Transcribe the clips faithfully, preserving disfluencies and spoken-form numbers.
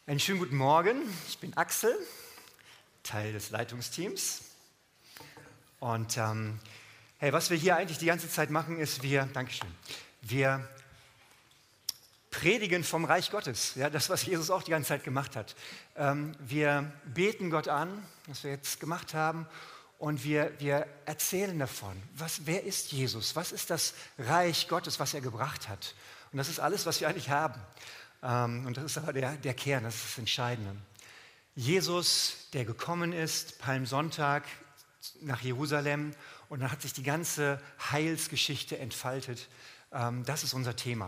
Einen schönen guten Morgen, ich bin Axel, Teil des Leitungsteams. Und ähm, hey, was wir hier eigentlich die ganze Zeit machen, ist, wir, Dankeschön, wir predigen vom Reich Gottes, ja, das, was Jesus auch die ganze Zeit gemacht hat. Ähm, wir beten Gott an, was wir jetzt gemacht haben, und wir, wir erzählen davon, was, wer ist Jesus, was ist das Reich Gottes, was er gebracht hat. Und das ist alles, was wir eigentlich haben. Und das ist aber der, der Kern, das ist das Entscheidende. Jesus, der gekommen ist, Palmsonntag nach Jerusalem, und dann hat sich die ganze Heilsgeschichte entfaltet. Das ist unser Thema.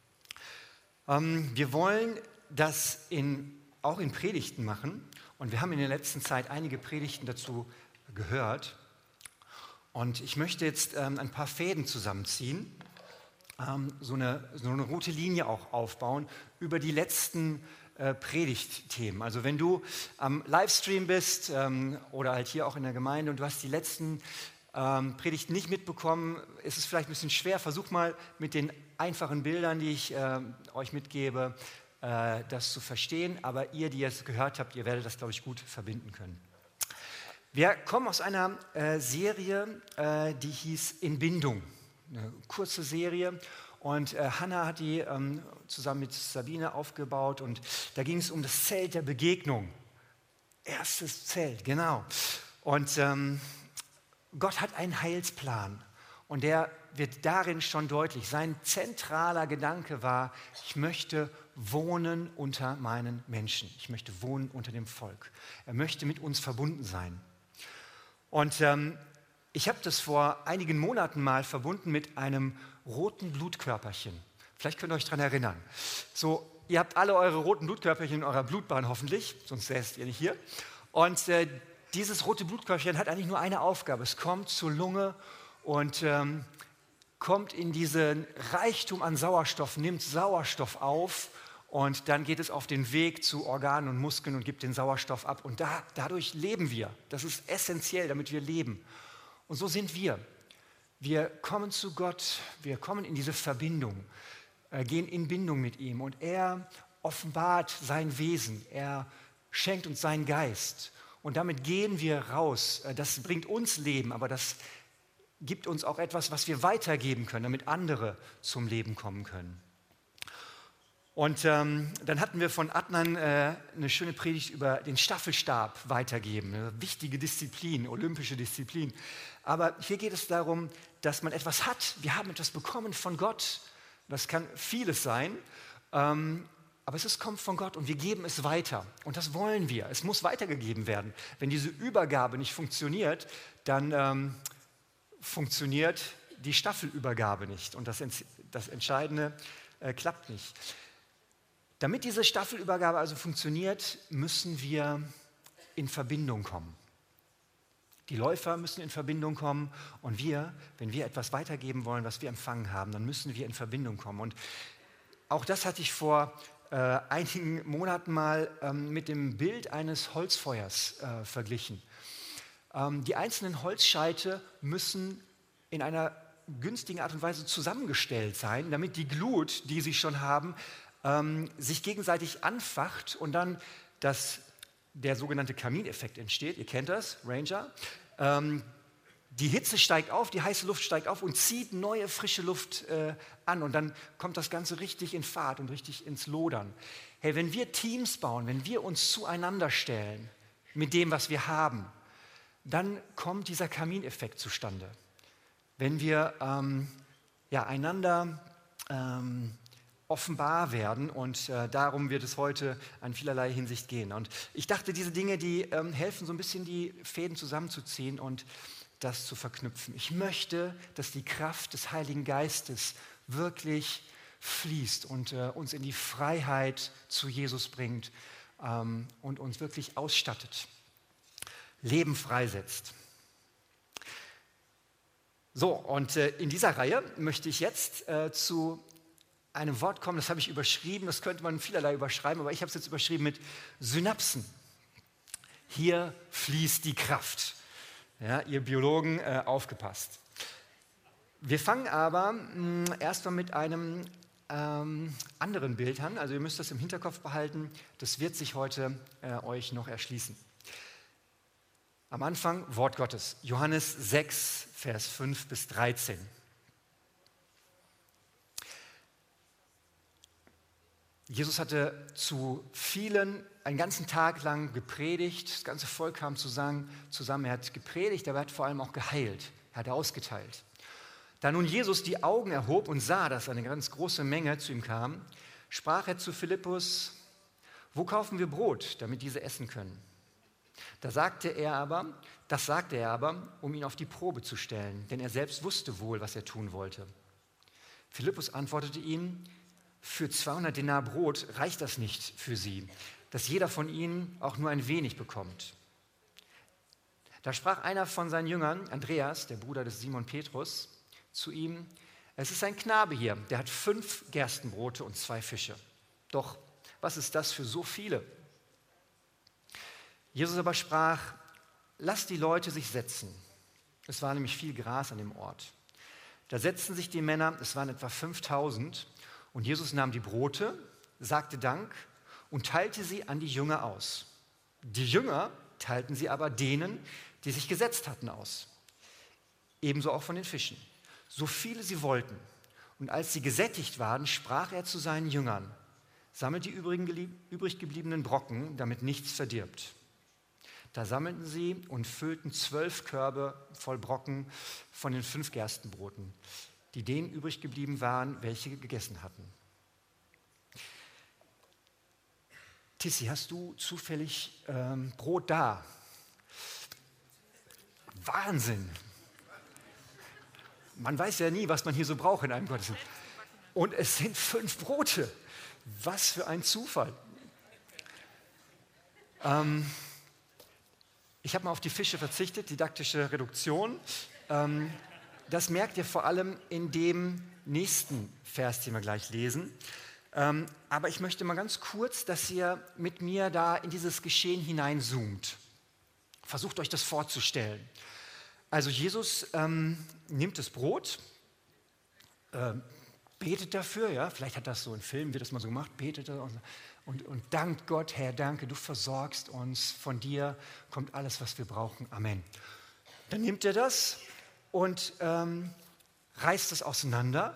Wir wollen das in, auch in Predigten machen, und wir haben in der letzten Zeit einige Predigten dazu gehört. Und ich möchte jetzt ein paar Fäden zusammenziehen, So eine, so eine rote Linie auch aufbauen über die letzten äh, Predigtthemen. Also wenn du am Livestream bist ähm, oder halt hier auch in der Gemeinde und du hast die letzten ähm, Predigten nicht mitbekommen, ist es vielleicht ein bisschen schwer. Versuch mal mit den einfachen Bildern, die ich äh, euch mitgebe, äh, das zu verstehen. Aber ihr, die es gehört habt, ihr werdet das, glaube ich, gut verbinden können. Wir kommen aus einer äh, Serie, äh, die hieß In Bindung. Eine kurze Serie, und äh, Hannah hat die ähm, zusammen mit Sabine aufgebaut, und da ging es um das Zelt der Begegnung. Erstes Zelt, genau. Und ähm, Gott hat einen Heilsplan, und der wird darin schon deutlich. Sein zentraler Gedanke war: Ich möchte wohnen unter meinen Menschen. Ich möchte wohnen unter dem Volk. Er möchte mit uns verbunden sein. Und ähm, Ich habe das vor einigen Monaten mal verbunden mit einem roten Blutkörperchen. Vielleicht könnt ihr euch daran erinnern. So, ihr habt alle eure roten Blutkörperchen in eurer Blutbahn hoffentlich, sonst säßt ihr nicht hier. Und äh, dieses rote Blutkörperchen hat eigentlich nur eine Aufgabe. Es kommt zur Lunge und ähm, kommt in diesen Reichtum an Sauerstoff, nimmt Sauerstoff auf, und dann geht es auf den Weg zu Organen und Muskeln und gibt den Sauerstoff ab. Und da, dadurch leben wir. Das ist essentiell, damit wir leben. Und so sind wir. Wir kommen zu Gott, wir kommen in diese Verbindung, äh, gehen in Bindung mit ihm, und er offenbart sein Wesen, er schenkt uns seinen Geist, und damit gehen wir raus. Das bringt uns Leben, aber das gibt uns auch etwas, was wir weitergeben können, damit andere zum Leben kommen können. Und ähm, dann hatten wir von Adnan äh, eine schöne Predigt über den Staffelstab weitergeben, eine wichtige Disziplin, olympische Disziplin. Aber hier geht es darum, dass man etwas hat. Wir haben etwas bekommen von Gott. Das kann vieles sein, ähm, aber es ist, kommt von Gott, und wir geben es weiter. Und das wollen wir. Es muss weitergegeben werden. Wenn diese Übergabe nicht funktioniert, dann ähm, funktioniert die Staffelübergabe nicht. Und das, das Entscheidende äh, klappt nicht. Damit diese Staffelübergabe also funktioniert, müssen wir in Verbindung kommen. Die Läufer müssen in Verbindung kommen, und wir, wenn wir etwas weitergeben wollen, was wir empfangen haben, dann müssen wir in Verbindung kommen. Und auch das hatte ich vor äh, einigen Monaten mal ähm, mit dem Bild eines Holzfeuers äh, verglichen. Ähm, die einzelnen Holzscheite müssen in einer günstigen Art und Weise zusammengestellt sein, damit die Glut, die sie schon haben, Ähm, sich gegenseitig anfacht, und dann das, der sogenannte Kamineffekt entsteht. Ihr kennt das, Ranger. Ähm, die Hitze steigt auf, die heiße Luft steigt auf und zieht neue, frische Luft äh, an, und dann kommt das Ganze richtig in Fahrt und richtig ins Lodern. Hey, wenn wir Teams bauen, wenn wir uns zueinander stellen mit dem, was wir haben, dann kommt dieser Kamineffekt zustande. Wenn wir ähm, ja, einander ähm, offenbar werden, und äh, darum wird es heute in vielerlei Hinsicht gehen. Und ich dachte, diese Dinge, die ähm, helfen so ein bisschen, die Fäden zusammenzuziehen und das zu verknüpfen. Ich möchte, dass die Kraft des Heiligen Geistes wirklich fließt und äh, uns in die Freiheit zu Jesus bringt ähm, und uns wirklich ausstattet, Leben freisetzt. So, und äh, in dieser Reihe möchte ich jetzt äh, zu einem Wort kommen, das habe ich überschrieben, das könnte man vielerlei überschreiben, aber ich habe es jetzt überschrieben mit Synapsen. Hier fließt die Kraft. Ja, ihr Biologen, äh, aufgepasst. Wir fangen aber erstmal mit einem ähm, anderen Bildern. Also ihr müsst das im Hinterkopf behalten. Das wird sich heute äh, euch noch erschließen. Am Anfang Wort Gottes. Johannes sechs, Vers fünf bis dreizehn. Jesus hatte zu vielen einen ganzen Tag lang gepredigt. Das ganze Volk kam zusammen. Er hat gepredigt, aber er hat vor allem auch geheilt. Er hat ausgeteilt. Da nun Jesus die Augen erhob und sah, dass eine ganz große Menge zu ihm kam, sprach er zu Philippus: Wo kaufen wir Brot, damit diese essen können? Da sagte er aber, das sagte er aber, um ihn auf die Probe zu stellen, denn er selbst wusste wohl, was er tun wollte. Philippus antwortete ihm: Für zweihundert Denar Brot reicht das nicht für sie, dass jeder von ihnen auch nur ein wenig bekommt. Da sprach einer von seinen Jüngern, Andreas, der Bruder des Simon Petrus, zu ihm: Es ist ein Knabe hier, der hat fünf Gerstenbrote und zwei Fische. Doch was ist das für so viele? Jesus aber sprach: Lasst die Leute sich setzen. Es war nämlich viel Gras an dem Ort. Da setzten sich die Männer, es waren etwa fünftausend, und Jesus nahm die Brote, sagte Dank und teilte sie an die Jünger aus. Die Jünger teilten sie aber denen, die sich gesetzt hatten, aus. Ebenso auch von den Fischen, so viele sie wollten. Und als sie gesättigt waren, sprach er zu seinen Jüngern: Sammelt die übrigen, übrig gebliebenen Brocken, damit nichts verdirbt. Da sammelten sie und füllten zwölf Körbe voll Brocken von den fünf Gerstenbroten, die denen übrig geblieben waren, welche gegessen hatten. Tissi, hast du zufällig ähm, Brot da? Wahnsinn! Man weiß ja nie, was man hier so braucht in einem Gottesdienst. Und es sind fünf Brote. Was für ein Zufall. Ähm, ich habe mal auf die Fische verzichtet, didaktische Reduktion. Ähm, Das merkt ihr vor allem in dem nächsten Vers, den wir gleich lesen. Ähm, aber ich möchte mal ganz kurz, dass ihr mit mir da in dieses Geschehen hineinzoomt. Versucht euch das vorzustellen. Also Jesus ähm, nimmt das Brot, äh, betet dafür, ja, vielleicht hat das so in Filmen, wird das mal so gemacht, betet und, und, und dankt Gott: Herr, danke, du versorgst uns, von dir kommt alles, was wir brauchen, Amen. Dann nimmt er das und ähm, reißt es auseinander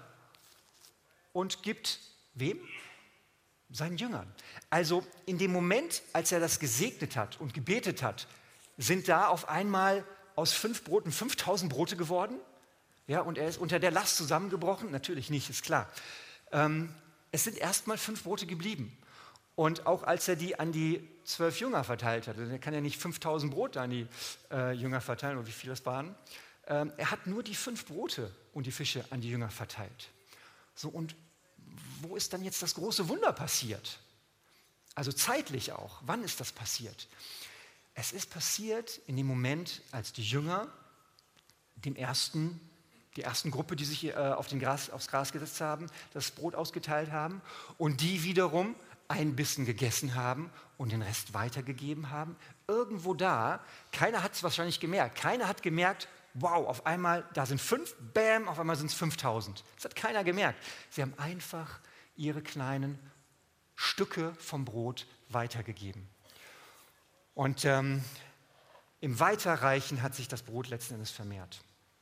und gibt wem? Seinen Jüngern. Also in dem Moment, als er das gesegnet hat und gebetet hat, sind da auf einmal aus fünf Broten fünftausend Brote geworden. Ja, und er ist unter der Last zusammengebrochen. Natürlich nicht, ist klar. Ähm, es sind erstmal fünf Brote geblieben. Und auch als er die an die zwölf Jünger verteilt hat, er kann ja nicht fünftausend Brote an die äh, Jünger verteilen, oder wie viele das waren. Ähm, er hat nur die fünf Brote und die Fische an die Jünger verteilt. So, und wo ist dann jetzt das große Wunder passiert? Also zeitlich auch. Wann ist das passiert? Es ist passiert in dem Moment, als die Jünger dem ersten, die ersten Gruppe, die sich äh, auf den Gras, aufs Gras gesetzt haben, das Brot ausgeteilt haben und die wiederum ein Bissen gegessen haben und den Rest weitergegeben haben. Irgendwo da, keiner hat es wahrscheinlich gemerkt, keiner hat gemerkt: Wow, auf einmal, da sind fünf, bam, auf einmal sind es fünftausend. Das hat keiner gemerkt. Sie haben einfach ihre kleinen Stücke vom Brot weitergegeben. Und ähm, im Weiterreichen hat sich das Brot letzten Endes vermehrt.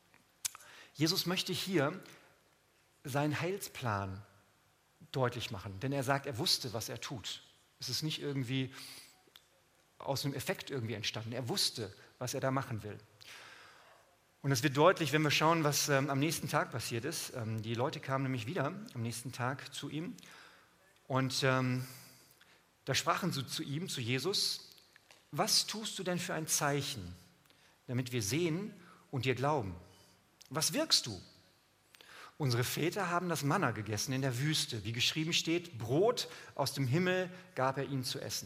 Jesus möchte hier seinen Heilsplan deutlich machen, denn er sagt, er wusste, was er tut. Es ist nicht irgendwie aus einem Effekt irgendwie entstanden. Er wusste, was er da machen will. Und das wird deutlich, wenn wir schauen, was ähm, am nächsten Tag passiert ist. Ähm, die Leute kamen nämlich wieder am nächsten Tag zu ihm und ähm, da sprachen sie zu ihm, zu Jesus: Was tust du denn für ein Zeichen, damit wir sehen und dir glauben? Was wirkst du? Unsere Väter haben das Manna gegessen in der Wüste, wie geschrieben steht: Brot aus dem Himmel gab er ihnen zu essen.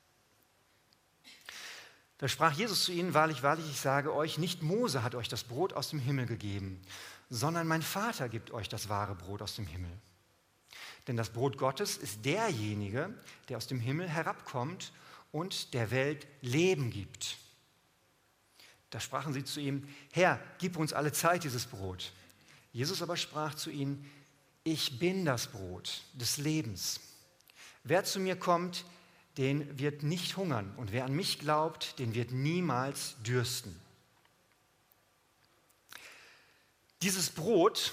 Da sprach Jesus zu ihnen: Wahrlich, wahrlich, ich sage euch, nicht Mose hat euch das Brot aus dem Himmel gegeben, sondern mein Vater gibt euch das wahre Brot aus dem Himmel. Denn das Brot Gottes ist derjenige, der aus dem Himmel herabkommt und der Welt Leben gibt. Da sprachen sie zu ihm: Herr, gib uns alle Zeit dieses Brot. Jesus aber sprach zu ihnen: ich bin das Brot des Lebens. Wer zu mir kommt, den wird nicht hungern. Und wer an mich glaubt, den wird niemals dürsten. Dieses Brot,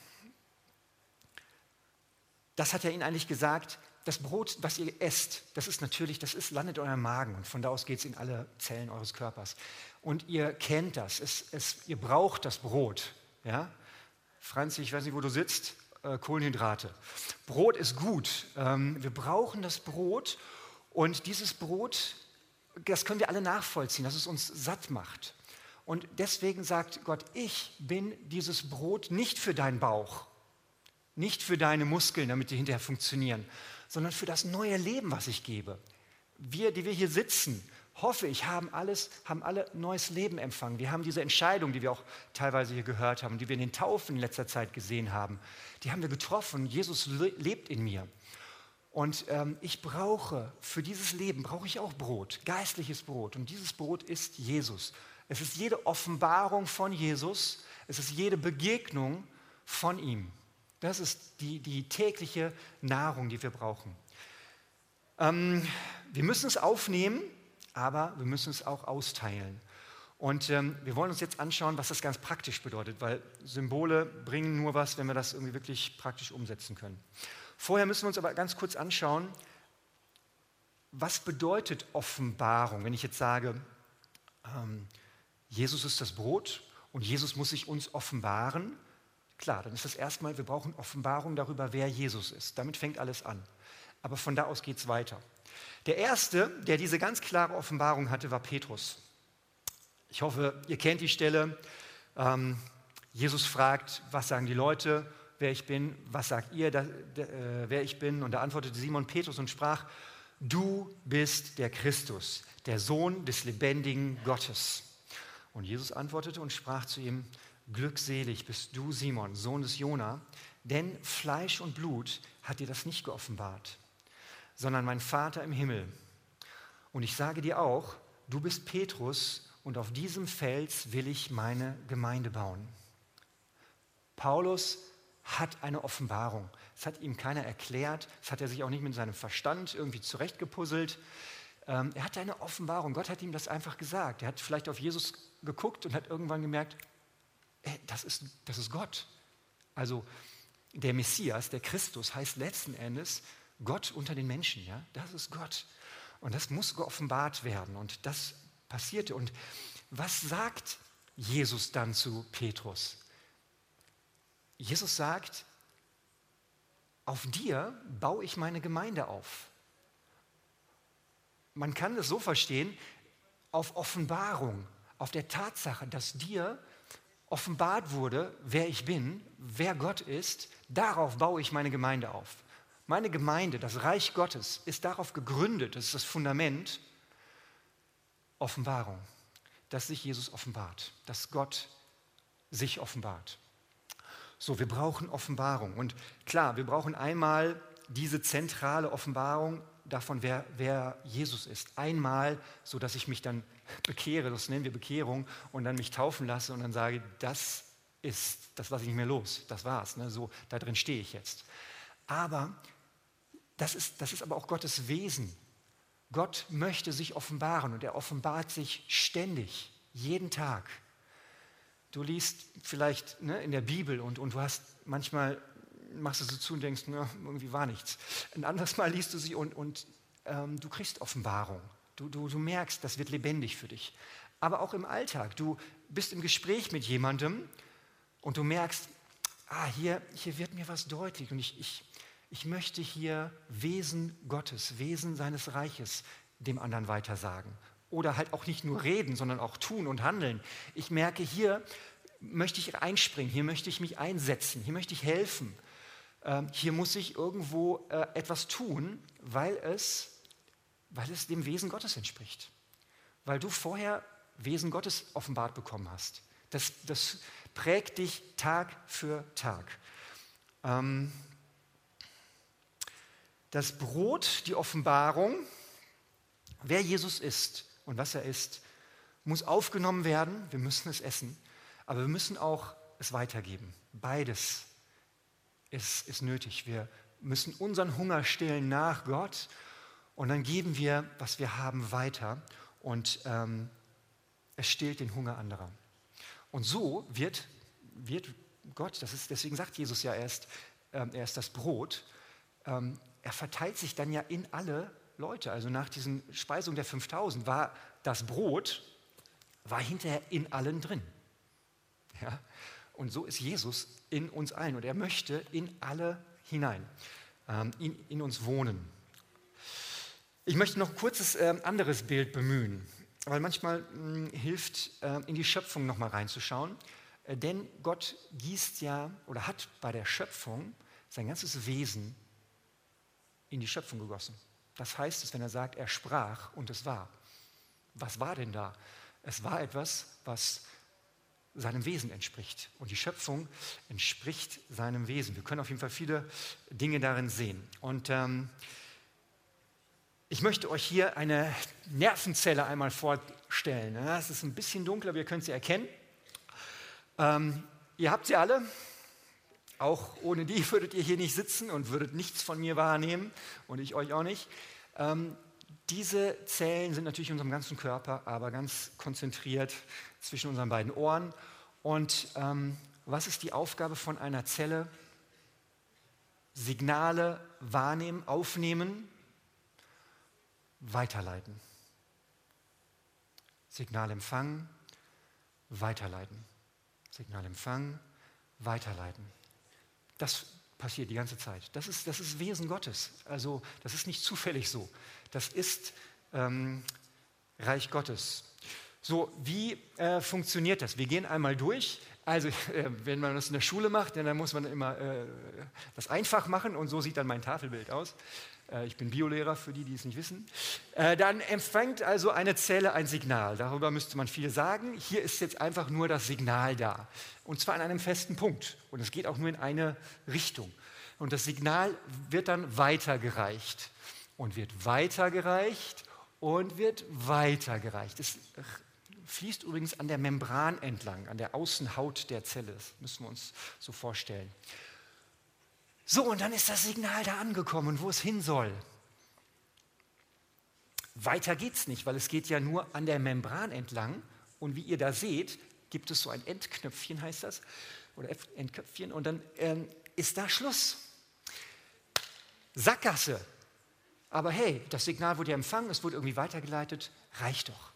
das hat er ihnen eigentlich gesagt, das Brot, was ihr esst, das ist natürlich, das ist, landet in eurem Magen und von da aus geht es in alle Zellen eures Körpers. Und ihr kennt das, es, es, ihr braucht das Brot. Ja? Franzi, ich weiß nicht, wo du sitzt, äh, Kohlenhydrate. Brot ist gut, ähm, wir brauchen das Brot und dieses Brot, das können wir alle nachvollziehen, dass es uns satt macht. Und deswegen sagt Gott, ich bin dieses Brot nicht für deinen Bauch, nicht für deine Muskeln, damit die hinterher funktionieren, sondern für das neue Leben, was ich gebe. Wir, die wir hier sitzen, hoffe ich, haben, alles, haben alle neues Leben empfangen. Wir haben diese Entscheidung, die wir auch teilweise hier gehört haben, die wir in den Taufen in letzter Zeit gesehen haben, die haben wir getroffen. Jesus le- lebt in mir. Und ähm, ich brauche, für dieses Leben brauche ich auch Brot, geistliches Brot. Und dieses Brot ist Jesus. Es ist jede Offenbarung von Jesus, es ist jede Begegnung von ihm. Das ist die, die tägliche Nahrung, die wir brauchen. Ähm, wir müssen es aufnehmen, aber wir müssen es auch austeilen. Und ähm, wir wollen uns jetzt anschauen, was das ganz praktisch bedeutet, weil Symbole bringen nur was, wenn wir das irgendwie wirklich praktisch umsetzen können. Vorher müssen wir uns aber ganz kurz anschauen, was bedeutet Offenbarung, wenn ich jetzt sage, ähm, Jesus ist das Brot und Jesus muss sich uns offenbaren. Klar, dann ist das erstmal, wir brauchen Offenbarung darüber, wer Jesus ist. Damit fängt alles an. Aber von da aus geht es weiter. Der Erste, der diese ganz klare Offenbarung hatte, war Petrus. Ich hoffe, ihr kennt die Stelle. Ähm, Jesus fragt, was sagen die Leute, wer ich bin? Was sagt ihr, da, da, äh, wer ich bin? Und da antwortete Simon Petrus und sprach, du bist der Christus, der Sohn des lebendigen Gottes. Und Jesus antwortete und sprach zu ihm, glückselig bist du, Simon, Sohn des Jona, denn Fleisch und Blut hat dir das nicht geoffenbart, sondern mein Vater im Himmel. Und ich sage dir auch, du bist Petrus und auf diesem Fels will ich meine Gemeinde bauen. Paulus hat eine Offenbarung. Das hat ihm keiner erklärt, das hat er sich auch nicht mit seinem Verstand irgendwie zurechtgepuzzelt. Ähm, er hatte eine Offenbarung, Gott hat ihm das einfach gesagt. Er hat vielleicht auf Jesus geguckt und hat irgendwann gemerkt, ey, das ist, das ist Gott. Also der Messias, der Christus, heißt letzten Endes Gott unter den Menschen. Ja? Das ist Gott. Und das muss geoffenbart werden. Und das passierte. Und was sagt Jesus dann zu Petrus? Jesus sagt, auf dir baue ich meine Gemeinde auf. Man kann es so verstehen, auf Offenbarung, auf der Tatsache, dass dir offenbart wurde, wer ich bin, wer Gott ist, darauf baue ich meine Gemeinde auf. Meine Gemeinde, das Reich Gottes, ist darauf gegründet, das ist das Fundament, Offenbarung, dass sich Jesus offenbart, dass Gott sich offenbart. So, wir brauchen Offenbarung. Und klar, wir brauchen einmal diese zentrale Offenbarung davon, wer, wer Jesus ist. Einmal, so dass ich mich dann bekehre, das nennen wir Bekehrung, und dann mich taufen lasse und dann sage, das ist, das lasse ich nicht mehr los, das war's, ne? So, da drin stehe ich jetzt. Aber das ist, das ist aber auch Gottes Wesen. Gott möchte sich offenbaren und er offenbart sich ständig, jeden Tag. Du liest vielleicht ne, in der Bibel und, und du hast manchmal, machst du sie zu und denkst, na, irgendwie war nichts. Ein anderes Mal liest du sie und, und ähm, du kriegst Offenbarung. Du, du, du merkst, das wird lebendig für dich. Aber auch im Alltag. Du bist im Gespräch mit jemandem und du merkst, ah, hier, hier wird mir was deutlich und ich, ich, ich möchte hier Wesen Gottes, Wesen seines Reiches dem anderen weitersagen. Oder halt auch nicht nur reden, sondern auch tun und handeln. Ich merke, hier möchte ich einspringen, hier möchte ich mich einsetzen, hier möchte ich helfen. Ähm, hier muss ich irgendwo äh, etwas tun, weil es, weil es dem Wesen Gottes entspricht. Weil du vorher Wesen Gottes offenbart bekommen hast. Das, das prägt dich Tag für Tag. Ähm, das Brot, die Offenbarung, wer Jesus ist und was er ist, muss aufgenommen werden. Wir müssen es essen, aber wir müssen auch es weitergeben. Beides ist, ist nötig. Wir müssen unseren Hunger stillen nach Gott und dann geben wir, was wir haben, weiter und ähm, es stillt den Hunger anderer. Und so wird, wird Gott, das ist, deswegen sagt Jesus ja erst, ähm, er ist das Brot, ähm, er verteilt sich dann ja in alle Leute. Also nach diesen Speisung der fünftausend war das Brot, war hinterher in allen drin. Ja? Und so ist Jesus in uns allen und er möchte in alle hinein, ähm, in, in uns wohnen. Ich möchte noch ein kurzes äh, anderes Bild bemühen, weil manchmal mh, hilft, äh, in die Schöpfung nochmal reinzuschauen. Äh, denn Gott gießt ja oder hat bei der Schöpfung sein ganzes Wesen in die Schöpfung gegossen. Das heißt es, wenn er sagt, er sprach und es war. Was war denn da? Es war etwas, was seinem Wesen entspricht. Und die Schöpfung entspricht seinem Wesen. Wir können auf jeden Fall viele Dinge darin sehen. Und ähm, ich möchte euch hier eine Nervenzelle einmal vorstellen. Ja, es ist ein bisschen dunkler, aber ihr könnt sie erkennen. Ähm, ihr habt sie alle. Auch ohne die würdet ihr hier nicht sitzen und würdet nichts von mir wahrnehmen und ich euch auch nicht. Ähm, diese Zellen sind natürlich in unserem ganzen Körper, aber ganz konzentriert zwischen unseren beiden Ohren. Und ähm, was ist die Aufgabe von einer Zelle? Signale wahrnehmen, aufnehmen, weiterleiten. Signal empfangen, weiterleiten. Signal empfangen, weiterleiten. Das passiert die ganze Zeit. Das ist das ist Wesen Gottes. Also das ist nicht zufällig so. Das ist ähm, Reich Gottes. So, wie äh, funktioniert das? Wir gehen einmal durch. Also äh, wenn man das in der Schule macht, dann muss man immer äh, das einfach machen und so sieht dann mein Tafelbild aus. Äh, ich bin Biolehrer, für die, die es nicht wissen. Äh, dann empfängt also eine Zelle ein Signal. Darüber müsste man viel sagen. Hier ist jetzt einfach nur das Signal da. Und zwar an einem festen Punkt. Und es geht auch nur in eine Richtung. Und das Signal wird dann weitergereicht. Und wird weitergereicht und wird weitergereicht. Es fließt übrigens an der Membran entlang, an der Außenhaut der Zelle. Das müssen wir uns so vorstellen. So, und dann ist das Signal da angekommen, und wo es hin soll. Weiter geht es nicht, weil es geht ja nur an der Membran entlang. Und wie ihr da seht, gibt es so ein Endknöpfchen, heißt das, oder Endköpfchen, und dann ähm, ist da Schluss. Sackgasse. Aber hey, das Signal wurde ja empfangen, es wurde irgendwie weitergeleitet, reicht doch.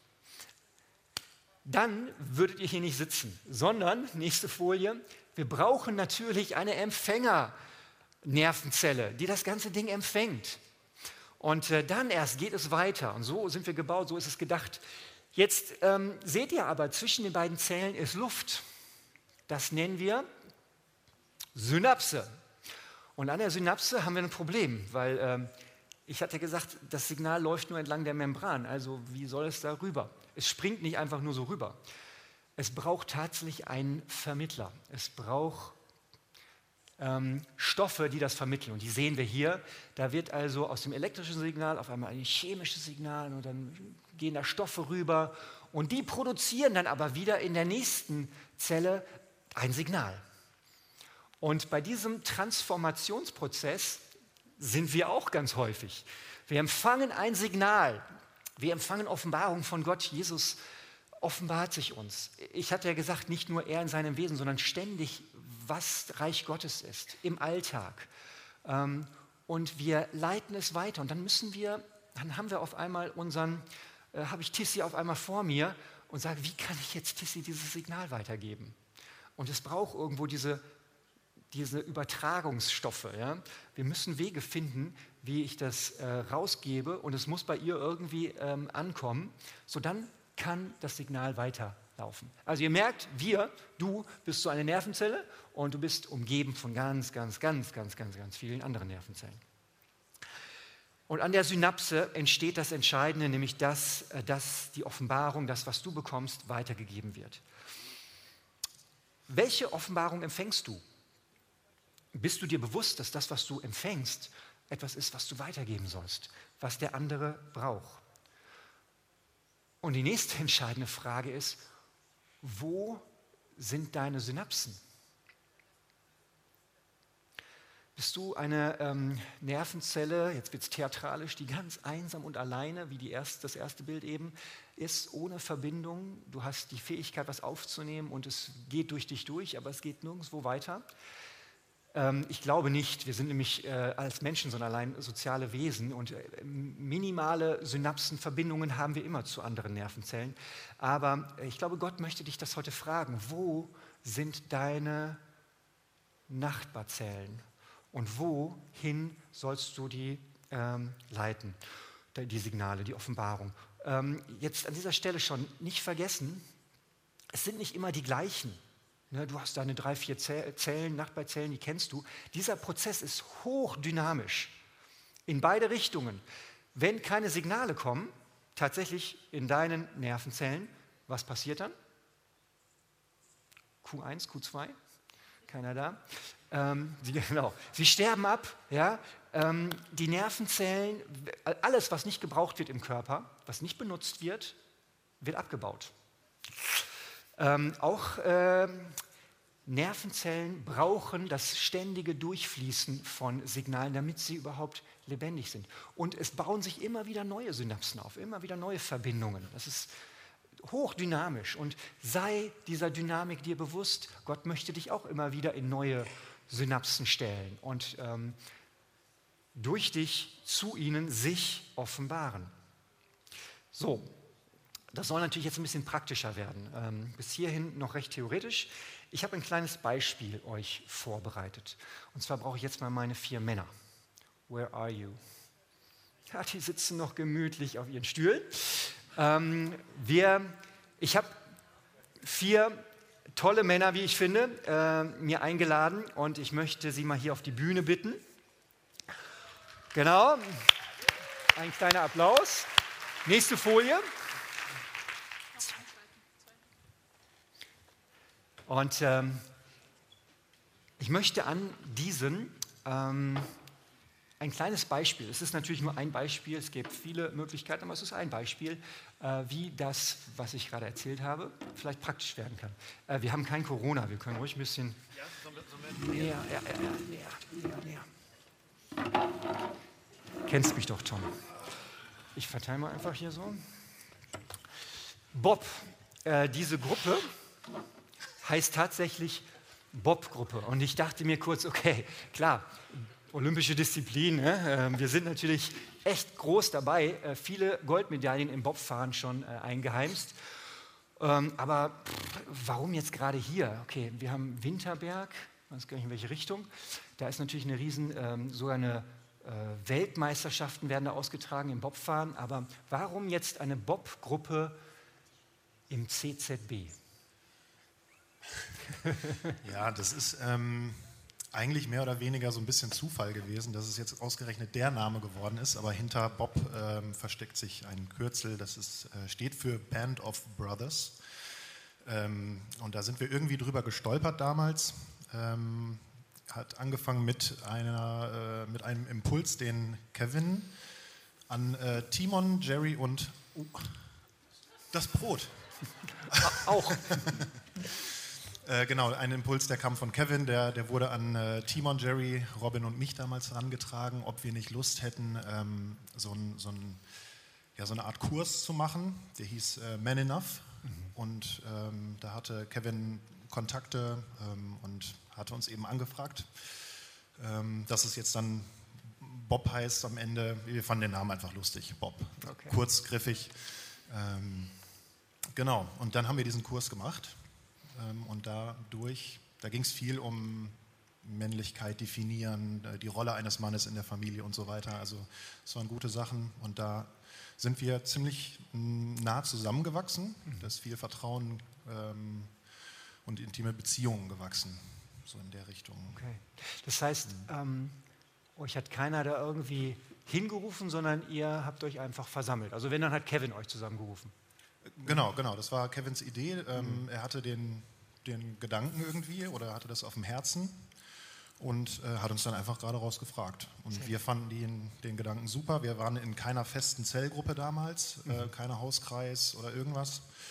Dann würdet ihr hier nicht sitzen, sondern, nächste Folie, wir brauchen natürlich eine Empfängernervenzelle, die das ganze Ding empfängt. Und äh, dann erst geht es weiter. Und so sind wir gebaut, so ist es gedacht. Jetzt ähm, seht ihr aber, zwischen den beiden Zellen ist Luft. Das nennen wir Synapse. Und an der Synapse haben wir ein Problem, weil ähm, ich hatte gesagt, das Signal läuft nur entlang der Membran. Also wie soll es da rüber? Es springt nicht einfach nur so rüber. Es braucht tatsächlich einen Vermittler. Es braucht ähm, Stoffe, die das vermitteln. Und die sehen wir hier. Da wird also aus dem elektrischen Signal auf einmal ein chemisches Signal und dann gehen da Stoffe rüber. Und die produzieren dann aber wieder in der nächsten Zelle ein Signal. Und bei diesem Transformationsprozess sind wir auch ganz häufig. Wir empfangen ein Signal. Wir empfangen Offenbarung von Gott. Jesus offenbart sich uns. Ich hatte ja gesagt, nicht nur er in seinem Wesen, sondern ständig, was Reich Gottes ist, im Alltag. Und wir leiten es weiter. Und dann müssen wir, dann haben wir auf einmal unseren, äh, habe ich Tissi auf einmal vor mir und sage, wie kann ich jetzt Tissi dieses Signal weitergeben? Und es braucht irgendwo diese diese Übertragungsstoffe. Ja? Wir müssen Wege finden, wie ich das äh, rausgebe und es muss bei ihr irgendwie ähm, ankommen, so dann kann das Signal weiterlaufen. Also ihr merkt, wir, du bist so eine Nervenzelle und du bist umgeben von ganz, ganz, ganz, ganz, ganz, ganz vielen anderen Nervenzellen. Und an der Synapse entsteht das Entscheidende, nämlich das, äh, dass die Offenbarung, das, was du bekommst, weitergegeben wird. Welche Offenbarung empfängst du? Bist du dir bewusst, dass das, was du empfängst, etwas ist, was du weitergeben sollst, was der andere braucht? Und die nächste entscheidende Frage ist, wo sind deine Synapsen? Bist du eine ähm, Nervenzelle, jetzt wird es theatralisch, die ganz einsam und alleine, wie die erst, das erste Bild eben, ist, ohne Verbindung? Du hast die Fähigkeit, was aufzunehmen und es geht durch dich durch, aber es geht nirgendwo weiter. Ähm, ich glaube nicht. Wir sind nämlich äh, als Menschen so allein soziale Wesen und äh, minimale Synapsenverbindungen haben wir immer zu anderen Nervenzellen. Aber äh, ich glaube, Gott möchte dich das heute fragen. Wo sind deine Nachbarzellen? Und wohin sollst du die ähm, leiten, die Signale, die Offenbarung? Ähm, jetzt an dieser Stelle schon nicht vergessen, es sind nicht immer die gleichen. Ne, du hast deine drei, vier Zellen, Nachbarzellen, die kennst du. Dieser Prozess ist hochdynamisch in beide Richtungen. Wenn keine Signale kommen, tatsächlich in deinen Nervenzellen, was passiert dann? Q eins, Q zwei? Keiner da? Ähm, die, genau. Sie sterben ab. Ja? Ähm, die Nervenzellen, alles, was nicht gebraucht wird im Körper, was nicht benutzt wird, wird abgebaut. Ähm, auch ähm, Nervenzellen brauchen das ständige Durchfließen von Signalen, damit sie überhaupt lebendig sind. Und es bauen sich immer wieder neue Synapsen auf, immer wieder neue Verbindungen. Das ist hochdynamisch und sei dieser Dynamik dir bewusst. Gott möchte dich auch immer wieder in neue Synapsen stellen und ähm, durch dich zu ihnen sich offenbaren. So, das soll natürlich jetzt ein bisschen praktischer werden. Ähm, bis hierhin noch recht theoretisch. Ich habe ein kleines Beispiel euch vorbereitet. Und zwar brauche ich jetzt mal meine vier Männer. Where are you? Ja, die sitzen noch gemütlich auf ihren Stühlen. Ähm, wir, ich habe vier tolle Männer, wie ich finde, äh, mir eingeladen und ich möchte sie mal hier auf die Bühne bitten. Genau, ein kleiner Applaus. Nächste Folie. Und ähm, ich möchte an diesen ähm, ein kleines Beispiel, es ist natürlich nur ein Beispiel, es gibt viele Möglichkeiten, aber es ist ein Beispiel, äh, wie das, was ich gerade erzählt habe, vielleicht praktisch werden kann. Äh, wir haben kein Corona, wir können ruhig ein bisschen ja, sollen wir, sollen wir näher, ja, ja, ja, näher, näher, näher. Kennst mich doch, Tom. Ich verteile mal einfach hier so. Bob, äh, diese Gruppe heißt tatsächlich Bob-Gruppe. Und ich dachte mir kurz, okay, klar, olympische Disziplin, ne? Wir sind natürlich echt groß dabei, viele Goldmedaillen im Bobfahren schon eingeheimst. Aber pff, warum jetzt gerade hier? Okay, wir haben Winterberg, ich weiß gar nicht in welche Richtung. Da ist natürlich eine riesen, sogar eine Weltmeisterschaften werden da ausgetragen im Bobfahren. Aber warum jetzt eine Bob-Gruppe im C Z B? Ja, das ist ähm, eigentlich mehr oder weniger so ein bisschen Zufall gewesen, dass es jetzt ausgerechnet der Name geworden ist, aber hinter Bob ähm, versteckt sich ein Kürzel, das ist, äh, steht für Band of Brothers. Ähm, und da sind wir irgendwie drüber gestolpert damals. Ähm, hat angefangen mit, einer, äh, mit einem Impuls, den Kevin an äh, Timon, Jerry und uh, das Brot. Auch. Äh, genau, ein Impuls, der kam von Kevin, der, der wurde an äh, Timon, Jerry, Robin und mich damals herangetragen, ob wir nicht Lust hätten, ähm, so, ein, so, ein, ja, so eine Art Kurs zu machen, der hieß äh, Man Enough. Mhm. Und ähm, da hatte Kevin Kontakte ähm, und hatte uns eben angefragt, ähm, dass es jetzt dann Bob heißt am Ende. Wir fanden den Namen einfach lustig, Bob, okay. Kurz, griffig. Ähm, genau, und dann haben wir diesen Kurs gemacht. Und dadurch, da ging es viel um Männlichkeit definieren, die Rolle eines Mannes in der Familie und so weiter. Also es waren gute Sachen und da sind wir ziemlich nah zusammengewachsen. Da ist viel Vertrauen ähm, und intime Beziehungen gewachsen, so in der Richtung. Okay. Das heißt, mhm. ähm, euch hat keiner da irgendwie hingerufen, sondern ihr habt euch einfach versammelt. Also wenn, dann hat Kevin euch zusammengerufen. Genau, genau, das war Kevins Idee. Ähm, mhm. Er hatte den, den Gedanken irgendwie oder hatte das auf dem Herzen und äh, hat uns dann einfach gerade raus gefragt. Und Sehr wir fanden den, den Gedanken super. Wir waren in keiner festen Zellgruppe damals, mhm. äh, keiner Hauskreis oder irgendwas.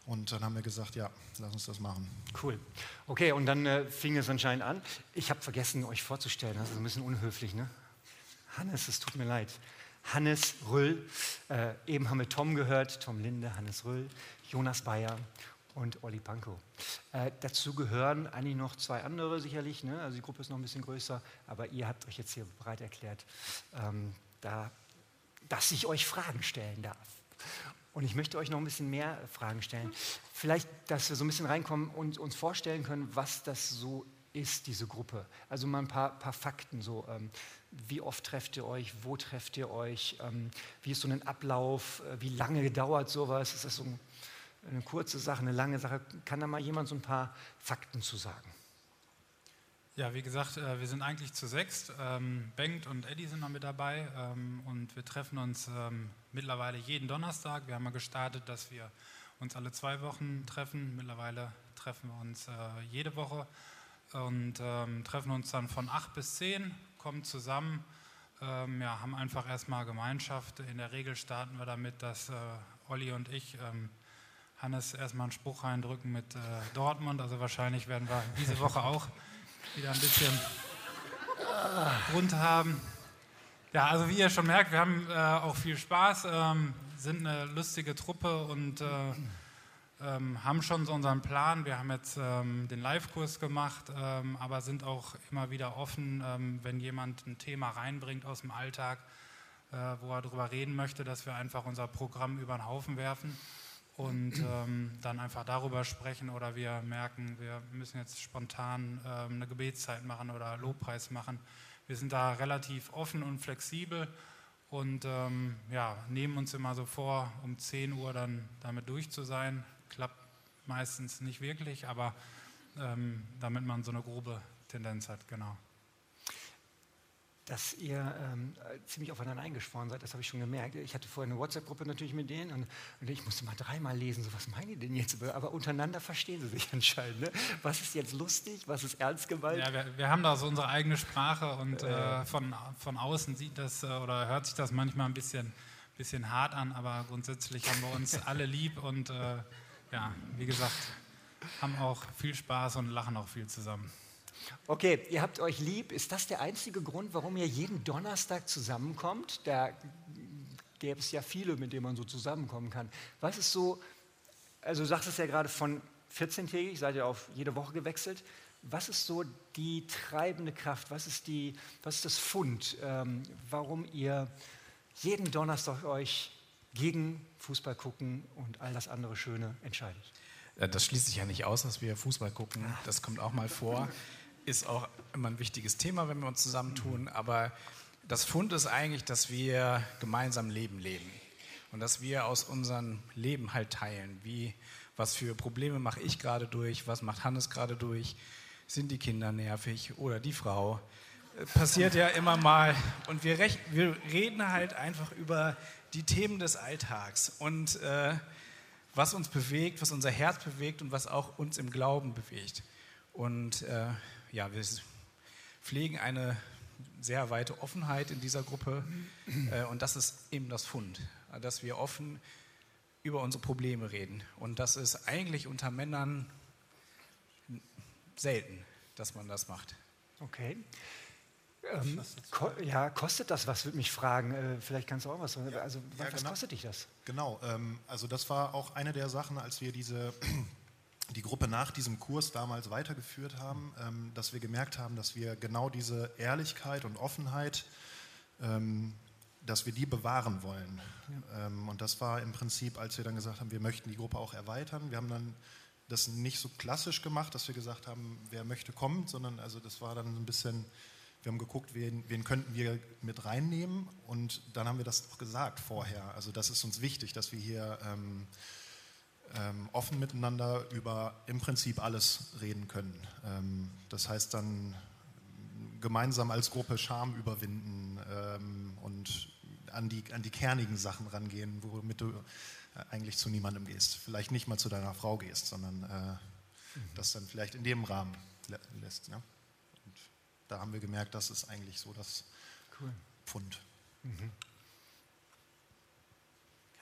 Und dann haben wir gesagt, ja, lass uns das machen. Cool. Okay, und dann äh, fing es anscheinend an. Ich habe vergessen, euch vorzustellen. Das ist ein bisschen unhöflich, ne? Hannes, es tut mir leid. Hannes Rüll. Äh, eben haben wir Tom gehört. Tom Linde, Hannes Rüll, Jonas Bayer und Olli Pankow. Äh, dazu gehören eigentlich noch zwei andere sicherlich. Ne? Also die Gruppe ist noch ein bisschen größer. Aber ihr habt euch jetzt hier bereit erklärt, ähm, da, dass ich euch Fragen stellen darf. Und ich möchte euch noch ein bisschen mehr Fragen stellen. Vielleicht, dass wir so ein bisschen reinkommen und uns vorstellen können, was das so ist, diese Gruppe. Also mal ein paar, paar Fakten. So, ähm, wie oft trefft ihr euch? Wo trefft ihr euch? Ähm, wie ist so ein Ablauf? Äh, wie lange dauert sowas? Ist das so ein, eine kurze Sache, eine lange Sache? Kann da mal jemand so ein paar Fakten zu sagen? Ja, wie gesagt, wir sind eigentlich zu sechst. Ähm, Bengt und Eddie sind noch mit dabei ähm, und wir treffen uns ähm, mittlerweile jeden Donnerstag. Wir haben mal gestartet, dass wir uns alle zwei Wochen treffen. Mittlerweile treffen wir uns äh, jede Woche und ähm, treffen uns dann von acht bis zehn, kommen zusammen, ähm, ja, haben einfach erstmal Gemeinschaft. In der Regel starten wir damit, dass äh, Olli und ich ähm, Hannes erstmal einen Spruch reindrücken mit äh, Dortmund. Also wahrscheinlich werden wir diese Woche auch wieder ein bisschen Grund haben. Ja, also wie ihr schon merkt, wir haben äh, auch viel Spaß, ähm, sind eine lustige Truppe und äh, ähm, haben schon so unseren Plan. Wir haben jetzt ähm, den Live-Kurs gemacht, ähm, aber sind auch immer wieder offen, ähm, wenn jemand ein Thema reinbringt aus dem Alltag, äh, wo er darüber reden möchte, dass wir einfach unser Programm über den Haufen werfen und ähm, dann einfach darüber sprechen oder wir merken, wir müssen jetzt spontan ähm, eine Gebetszeit machen oder Lobpreis machen. Wir sind da relativ offen und flexibel und ähm, ja, nehmen uns immer so vor, um zehn Uhr dann damit durch zu sein. Klappt meistens nicht wirklich, aber ähm, damit man so eine grobe Tendenz hat, genau. Dass ihr ähm, ziemlich aufeinander eingeschworen seid, das habe ich schon gemerkt. Ich hatte vorher eine WhatsApp-Gruppe natürlich mit denen und, und ich musste mal dreimal lesen, so was meinen die denn jetzt? Aber untereinander verstehen sie sich anscheinend. Ne? Was ist jetzt lustig, was ist ernst gemeint? Ja, wir, wir haben da so unsere eigene Sprache und äh. Äh, von, von außen sieht das äh, oder hört sich das manchmal ein bisschen, bisschen hart an, aber grundsätzlich haben wir uns alle lieb und äh, ja, wie gesagt, haben auch viel Spaß und lachen auch viel zusammen. Okay, ihr habt euch lieb. Ist das der einzige Grund, warum ihr jeden Donnerstag zusammenkommt? Da gäbe es ja viele, mit denen man so zusammenkommen kann. Was ist so, also du sagst es ja gerade von vierzehntägig, seid ihr auf jede Woche gewechselt. Was ist so die treibende Kraft? Was ist, die, was ist das Fund, ähm, warum ihr jeden Donnerstag euch gegen Fußball gucken und all das andere Schöne entscheidet? Das schließt sich ja nicht aus, dass wir Fußball gucken. Das kommt auch mal vor. Ist auch immer ein wichtiges Thema, wenn wir uns zusammentun. Aber das Fund ist eigentlich, dass wir gemeinsam Leben leben. Und dass wir aus unserem Leben halt teilen. Wie, was für Probleme mache ich gerade durch? Was macht Hannes gerade durch? Sind die Kinder nervig oder die Frau? Passiert ja immer mal. Und wir, rech- wir reden halt einfach über die Themen des Alltags. Und äh, was uns bewegt, was unser Herz bewegt und was auch uns im Glauben bewegt. Und äh, ja, wir pflegen eine sehr weite Offenheit in dieser Gruppe äh, und das ist eben das Fund, dass wir offen über unsere Probleme reden. Und das ist eigentlich unter Männern selten, dass man das macht. Okay. Ähm, ko- ja, kostet das was, würde mich fragen. Äh, vielleicht kannst du auch was. Ja, also, was, ja, genau. was kostet dich das? Genau, ähm, also das war auch eine der Sachen, als wir diese, die Gruppe nach diesem Kurs damals weitergeführt haben, ähm, dass wir gemerkt haben, dass wir genau diese Ehrlichkeit und Offenheit, ähm, dass wir die bewahren wollen. Ja. Ähm, und das war im Prinzip, als wir dann gesagt haben, wir möchten die Gruppe auch erweitern. Wir haben dann das nicht so klassisch gemacht, dass wir gesagt haben, wer möchte kommt, sondern also das war dann ein bisschen... Wir haben geguckt, wen, wen könnten wir mit reinnehmen und dann haben wir das auch gesagt vorher. Also das ist uns wichtig, dass wir hier ähm, ähm, offen miteinander über im Prinzip alles reden können. Ähm, das heißt dann gemeinsam als Gruppe Scham überwinden ähm, und an die, an die kernigen Sachen rangehen, womit du eigentlich zu niemandem gehst. Vielleicht nicht mal zu deiner Frau gehst, sondern äh, mhm. das dann vielleicht in dem Rahmen lä- lässt. Ja? Da haben wir gemerkt, das ist eigentlich so das cool. Pfund. Mhm.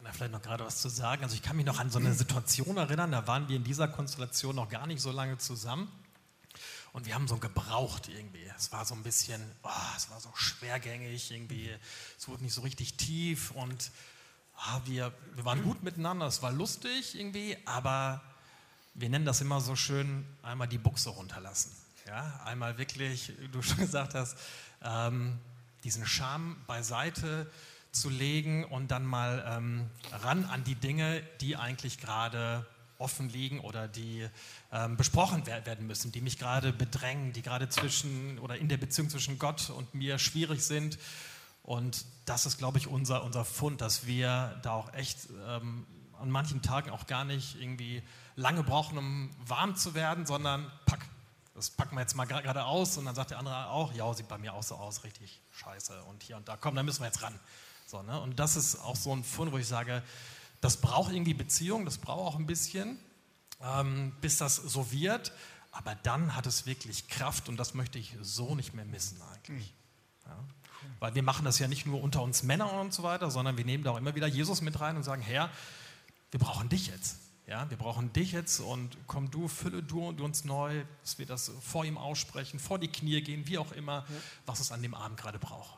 kann da vielleicht noch gerade was zu sagen. Also ich kann mich noch an so eine Situation erinnern, da waren wir in dieser Konstellation noch gar nicht so lange zusammen und wir haben so gebraucht irgendwie. Es war so ein bisschen, oh, es war so schwergängig irgendwie, es wurde nicht so richtig tief und oh, wir, wir waren gut miteinander, es war lustig irgendwie, aber wir nennen das immer so schön, einmal die Buchse runterlassen. Ja? Einmal wirklich, wie du schon gesagt hast, ähm, diesen Scham beiseite zu legen und dann mal ähm, ran an die Dinge, die eigentlich gerade offen liegen oder die ähm, besprochen wer- werden müssen, die mich gerade bedrängen, die gerade zwischen oder in der Beziehung zwischen Gott und mir schwierig sind. Und das ist, glaube ich, unser, unser Fund, dass wir da auch echt ähm, an manchen Tagen auch gar nicht irgendwie lange brauchen, um warm zu werden, sondern pack, das packen wir jetzt mal gerade aus und dann sagt der andere auch, ja, sieht bei mir auch so aus, richtig scheiße und hier und da, komm, da müssen wir jetzt ran. So, ne? Und das ist auch so ein Fund, wo ich sage, das braucht irgendwie Beziehung, das braucht auch ein bisschen, ähm, bis das so wird, aber dann hat es wirklich Kraft und das möchte ich so nicht mehr missen eigentlich. Ja? Weil wir machen das ja nicht nur unter uns Männern und so weiter, sondern wir nehmen da auch immer wieder Jesus mit rein und sagen, Herr, wir brauchen dich jetzt. Ja, wir brauchen dich jetzt und komm du, fülle du uns neu, dass wir das vor ihm aussprechen, vor die Knie gehen, wie auch immer, ja. Was es an dem Abend gerade braucht.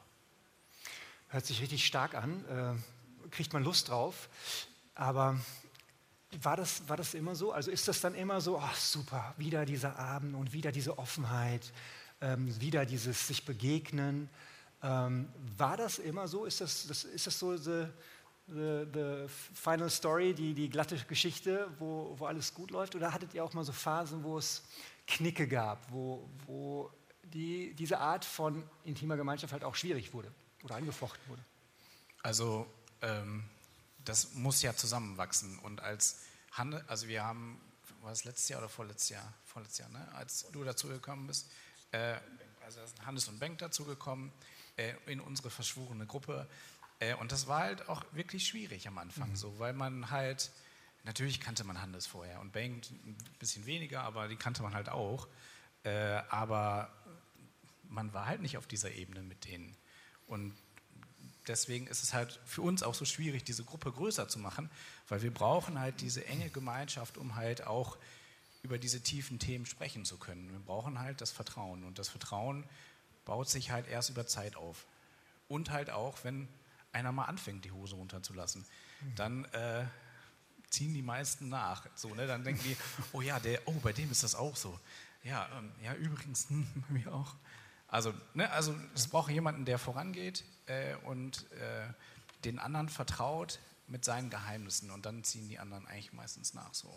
Hört sich richtig stark an, äh, kriegt man Lust drauf, aber war das, war das immer so? Also ist das dann immer so, ach super, wieder dieser Abend und wieder diese Offenheit, ähm, wieder dieses sich begegnen. Ähm, war das immer so? Ist das, das, ist das so the, the, the final story, die, die glatte Geschichte, wo, wo alles gut läuft? Oder hattet ihr auch mal so Phasen, wo es Knicke gab, wo, wo die, diese Art von intimer Gemeinschaft halt auch schwierig wurde oder angefochten wurde? Also ähm, das muss ja zusammenwachsen und als Hanne, also wir haben, war das letztes Jahr oder vorletztes Jahr? Vorletztes Jahr, ne? Als du dazu gekommen bist, äh, also sind Hannes und Bengt dazu gekommen, äh, in unsere verschworene Gruppe äh, und das war halt auch wirklich schwierig am Anfang, mhm. so, weil man halt, natürlich kannte man Hannes vorher und Bengt ein bisschen weniger, aber die kannte man halt auch, äh, aber man war halt nicht auf dieser Ebene mit denen und deswegen ist es halt für uns auch so schwierig, diese Gruppe größer zu machen, weil wir brauchen halt diese enge Gemeinschaft, um halt auch über diese tiefen Themen sprechen zu können. Wir brauchen halt das Vertrauen und das Vertrauen baut sich halt erst über Zeit auf. Und halt auch, wenn einer mal anfängt, die Hose runterzulassen, dann äh, ziehen die meisten nach. So, ne? Dann denken die, oh ja, der, oh, bei dem ist das auch so. Ja, ähm, ja übrigens, hm, bei mir auch. Also, ne, also es braucht jemanden, der vorangeht äh, und äh, den anderen vertraut mit seinen Geheimnissen und dann ziehen die anderen eigentlich meistens nach so.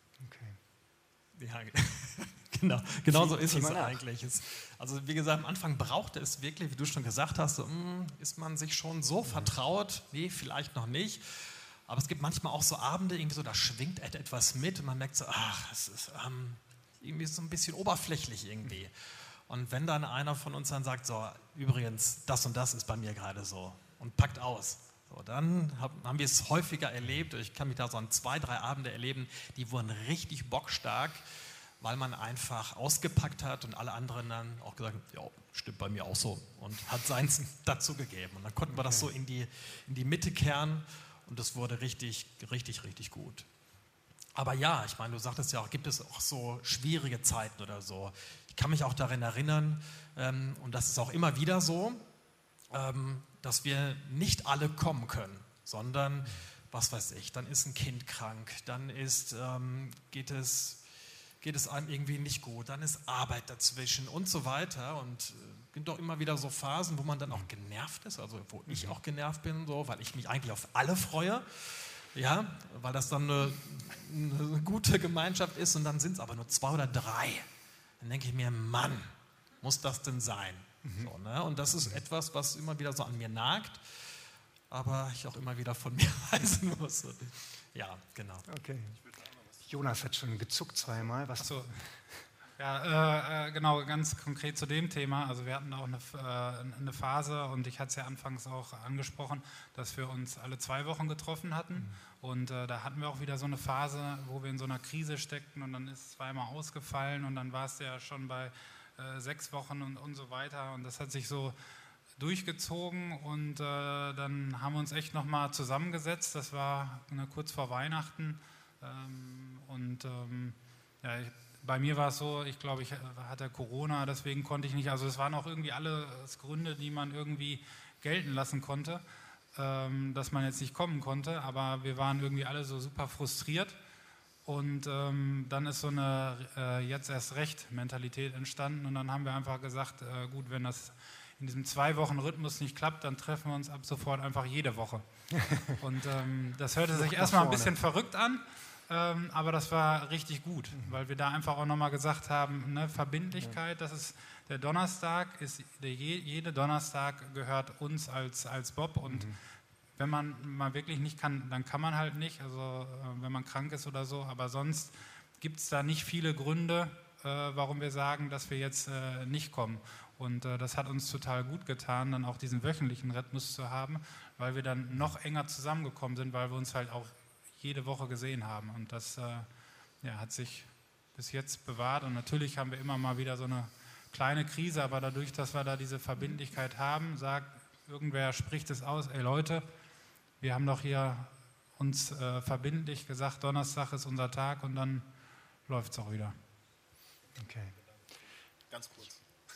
Okay. Ja, genau, genau so ist zieh es mal nach. eigentlich. Es, also wie gesagt, am Anfang brauchte es wirklich, wie du schon gesagt hast, so, mh, ist man sich schon so mhm. vertraut? Nee, vielleicht noch nicht. Aber es gibt manchmal auch so Abende, irgendwie so, da schwingt etwas mit und man merkt so, ach, es ist ähm, irgendwie so ein bisschen oberflächlich irgendwie. Und wenn dann einer von uns dann sagt, so, übrigens, das und das ist bei mir gerade so und packt aus, so, dann hab, haben wir es häufiger erlebt. Ich kann mich da so an zwei, drei Abende erleben, die wurden richtig bockstark, weil man einfach ausgepackt hat und alle anderen dann auch gesagt haben, ja, stimmt bei mir auch so und hat seins dazu gegeben. Und dann konnten wir das so in die, in die Mitte kehren und das wurde richtig, richtig, richtig gut. Aber ja, ich meine, du sagtest ja auch, gibt es auch so schwierige Zeiten oder so. Ich kann mich auch daran erinnern, ähm, und das ist auch immer wieder so, ähm, dass wir nicht alle kommen können, sondern, was weiß ich, dann ist ein Kind krank, dann ist, ähm, geht es, geht es einem irgendwie nicht gut, dann ist Arbeit dazwischen und so weiter. Und es äh, gibt auch immer wieder so Phasen, wo man dann auch genervt ist, also wo ich auch genervt bin, so, weil ich mich eigentlich auf alle freue. Ja, weil das dann eine, eine gute Gemeinschaft ist und dann sind es aber nur zwei oder drei. Dann denke ich mir, Mann, muss das denn sein? Mhm. So, ne? Und das ist etwas, was immer wieder so an mir nagt, aber ich auch immer wieder von mir weisen muss. Ja, genau. Okay. Jonas hat schon gezuckt zweimal. Was? Ach so. Ja, äh, genau, ganz konkret zu dem Thema. Also wir hatten auch eine, äh, eine Phase und ich hatte es ja anfangs auch angesprochen, dass wir uns alle zwei Wochen getroffen hatten mhm. und äh, da hatten wir auch wieder so eine Phase, wo wir in so einer Krise steckten und dann ist es zweimal ausgefallen und dann war es ja schon bei äh, sechs Wochen und, und so weiter und das hat sich so durchgezogen und äh, dann haben wir uns echt nochmal zusammengesetzt. Das war ne, kurz vor Weihnachten ähm, und ähm, ja, ich, bei mir war es so, ich glaube, ich hatte Corona, deswegen konnte ich nicht, also es waren auch irgendwie alles Gründe, die man irgendwie gelten lassen konnte, ähm, dass man jetzt nicht kommen konnte, aber wir waren irgendwie alle so super frustriert und ähm, dann ist so eine äh, jetzt erst recht Mentalität entstanden und dann haben wir einfach gesagt, äh, gut, wenn das in diesem Zwei-Wochen-Rhythmus nicht klappt, dann treffen wir uns ab sofort einfach jede Woche. Und ähm, das hörte sich erstmal ein bisschen verrückt an, ähm, aber das war richtig gut, mhm. weil wir da einfach auch nochmal gesagt haben, ne, Verbindlichkeit, das ist der Donnerstag, ist der je, jede Donnerstag gehört uns als, als Bob und mhm. wenn man mal wirklich nicht kann, dann kann man halt nicht, also äh, wenn man krank ist oder so, aber sonst gibt es da nicht viele Gründe, äh, warum wir sagen, dass wir jetzt äh, nicht kommen. Und äh, das hat uns total gut getan, dann auch diesen wöchentlichen Rhythmus zu haben, weil wir dann noch enger zusammengekommen sind, weil wir uns halt auch jede Woche gesehen haben. Und das äh, ja, hat sich bis jetzt bewahrt. Und natürlich haben wir immer mal wieder so eine kleine Krise, aber dadurch, dass wir da diese Verbindlichkeit haben, sagt irgendwer, spricht es aus, ey Leute, wir haben doch hier uns äh, verbindlich gesagt, Donnerstag ist unser Tag und dann läuft es auch wieder. Okay. Ganz kurz.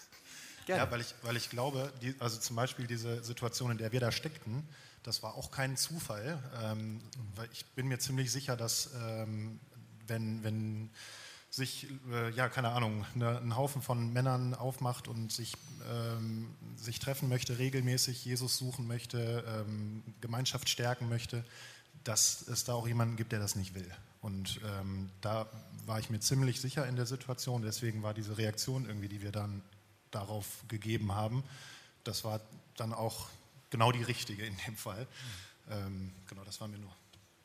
Gerne. Ja, weil ich, weil ich glaube, die, also zum Beispiel diese Situation, in der wir da steckten, das war auch kein Zufall, ähm, weil ich bin mir ziemlich sicher, dass ähm, wenn, wenn sich, äh, ja, keine Ahnung, ne, ein Haufen von Männern aufmacht und sich, ähm, sich treffen möchte, regelmäßig Jesus suchen möchte, ähm, Gemeinschaft stärken möchte, dass es da auch jemanden gibt, der das nicht will. Und ähm, da war ich mir ziemlich sicher in der Situation, deswegen war diese Reaktion irgendwie, die wir dann darauf gegeben haben, das war dann auch genau die richtige in dem Fall. Mhm. Ähm, genau, das war mir nur.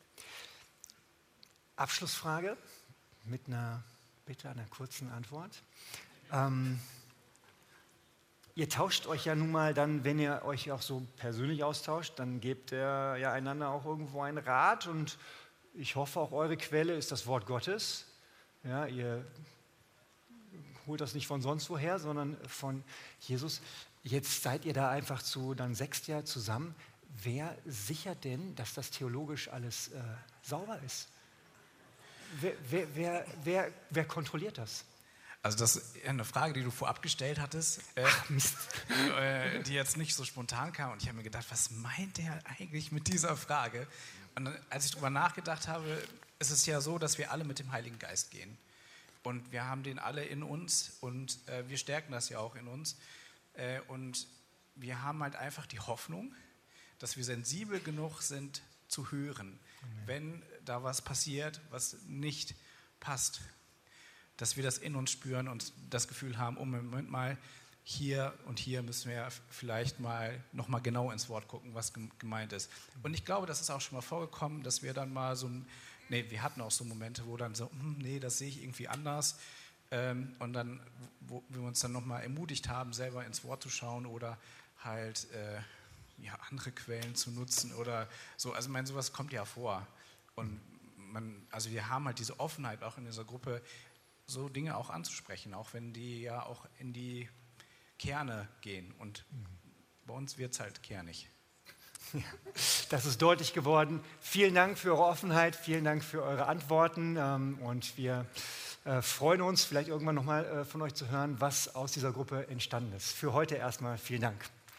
Abschlussfrage mit einer Bitte einer kurzen Antwort. Ähm, ihr tauscht euch ja nun mal dann, wenn ihr euch auch so persönlich austauscht, dann gebt ihr ja einander auch irgendwo einen Rat und ich hoffe auch eure Quelle ist das Wort Gottes. Ja, ihr holt das nicht von sonst woher, sondern von Jesus. Jetzt seid ihr da einfach zu dann sechst Jahr zusammen. Wer sichert denn, dass das theologisch alles äh, sauber ist? Wer, wer, wer, wer, wer kontrolliert das? Also das ist eine Frage, die du vorab gestellt hattest, äh, Ach, Mist. äh, die jetzt nicht so spontan kam. Und ich habe mir gedacht, was meint der eigentlich mit dieser Frage? Und dann, als ich darüber nachgedacht habe, ist es ja so, dass wir alle mit dem Heiligen Geist gehen. Und wir haben den alle in uns und äh, wir stärken das ja auch in uns. Äh, und wir haben halt einfach die Hoffnung, dass wir sensibel genug sind zu hören, mhm. wenn da was passiert, was nicht passt. Dass wir das in uns spüren und das Gefühl haben, oh Moment mal, hier und hier müssen wir vielleicht mal nochmal genau ins Wort gucken, was gemeint ist. Und ich glaube, das ist auch schon mal vorgekommen, dass wir dann mal so ein Nee, wir hatten auch so Momente, wo dann so, hm, nee, das sehe ich irgendwie anders. Ähm, und dann, wo wir uns dann nochmal ermutigt haben, selber ins Wort zu schauen oder halt äh, ja, andere Quellen zu nutzen oder so. Also ich meine, sowas kommt ja vor. Und man, also wir haben halt diese Offenheit auch in dieser Gruppe, so Dinge auch anzusprechen, auch wenn die ja auch in die Kerne gehen. Und mhm. bei uns wird es halt kernig. Das ist deutlich geworden. Vielen Dank für eure Offenheit, vielen Dank für eure Antworten und wir freuen uns, vielleicht irgendwann nochmal von euch zu hören, was aus dieser Gruppe entstanden ist. Für heute erstmal vielen Dank.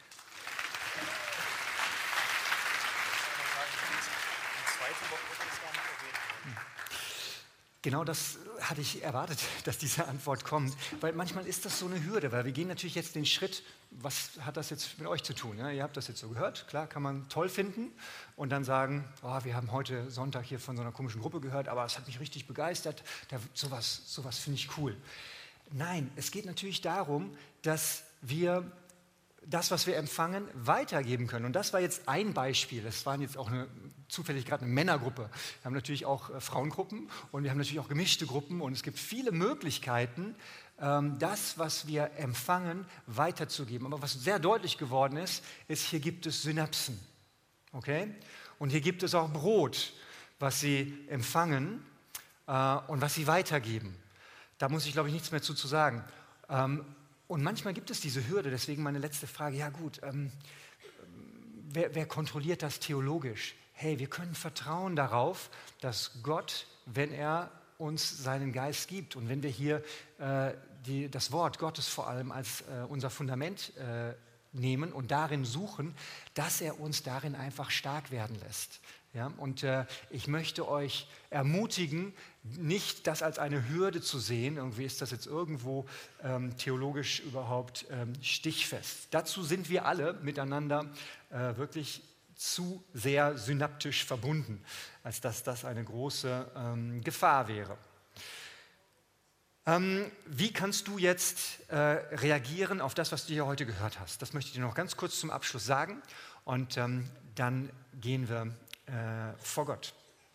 Genau das hatte ich erwartet, dass diese Antwort kommt, weil manchmal ist das so eine Hürde, weil wir gehen natürlich jetzt den Schritt, was hat das jetzt mit euch zu tun? Ja, ihr habt das jetzt so gehört, klar, kann man toll finden und dann sagen, oh, wir haben heute Sonntag hier von so einer komischen Gruppe gehört, aber es hat mich richtig begeistert, da, sowas, sowas finde ich cool. Nein, es geht natürlich darum, dass wir das, was wir empfangen, weitergeben können. Und das war jetzt ein Beispiel. Das waren jetzt auch eine, zufällig gerade eine Männergruppe. Wir haben natürlich auch äh, Frauengruppen und wir haben natürlich auch gemischte Gruppen. Und es gibt viele Möglichkeiten, ähm, das, was wir empfangen, weiterzugeben. Aber was sehr deutlich geworden ist, ist, hier gibt es Synapsen. Okay? Und hier gibt es auch Brot, was sie empfangen äh, und was sie weitergeben. Da muss ich, glaube ich, nichts mehr zu, zu sagen. Ähm, und manchmal gibt es diese Hürde, deswegen meine letzte Frage, ja gut, ähm, wer, wer kontrolliert das theologisch? Hey, wir können vertrauen darauf, dass Gott, wenn er uns seinen Geist gibt und wenn wir hier äh, die, das Wort Gottes vor allem als äh, unser Fundament äh, nehmen und darin suchen, dass er uns darin einfach stark werden lässt. Ja? Und äh, ich möchte euch ermutigen, nicht das als eine Hürde zu sehen, irgendwie ist das jetzt irgendwo ähm, theologisch überhaupt ähm, stichfest. Dazu sind wir alle miteinander äh, wirklich zu sehr synaptisch verbunden, als dass das eine große ähm, Gefahr wäre. Ähm, wie kannst du jetzt äh, reagieren auf das, was du hier heute gehört hast? Das möchte ich dir noch ganz kurz zum Abschluss sagen und ähm, dann gehen wir äh, vor Gott.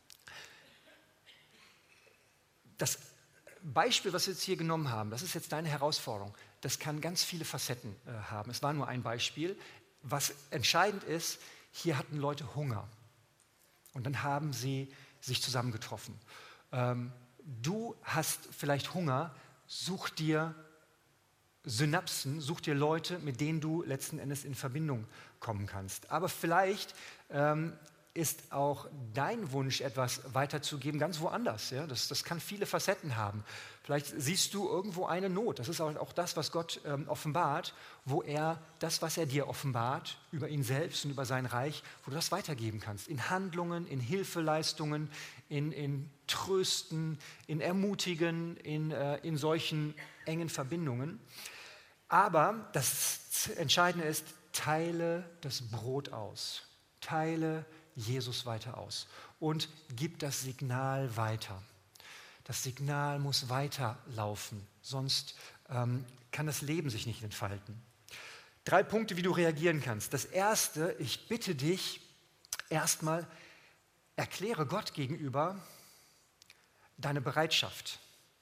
Das Beispiel, was wir jetzt hier genommen haben, das ist jetzt deine Herausforderung. Das kann ganz viele Facetten äh, haben. Es war nur ein Beispiel. Was entscheidend ist, hier hatten Leute Hunger und dann haben sie sich zusammengetroffen. Ähm, du hast vielleicht Hunger, such dir Synapsen, such dir Leute, mit denen du letzten Endes in Verbindung kommen kannst. Aber vielleicht ähm, ist auch dein Wunsch, etwas weiterzugeben, ganz woanders. Ja? Das, das kann viele Facetten haben. Vielleicht siehst du irgendwo eine Not. Das ist auch, auch das, was Gott ähm, offenbart, wo er das, was er dir offenbart, über ihn selbst und über sein Reich, wo du das weitergeben kannst. In Handlungen, in Hilfeleistungen, in, in Trösten, in Ermutigen, in, äh, in solchen engen Verbindungen. Aber das Entscheidende ist, teile das Brot aus. Teile Jesus weiter aus und gib das Signal weiter. Das Signal muss weiterlaufen, sonst ähm, kann das Leben sich nicht entfalten. Drei Punkte, wie du reagieren kannst. Das erste, ich bitte dich, erstmal erkläre Gott gegenüber deine Bereitschaft.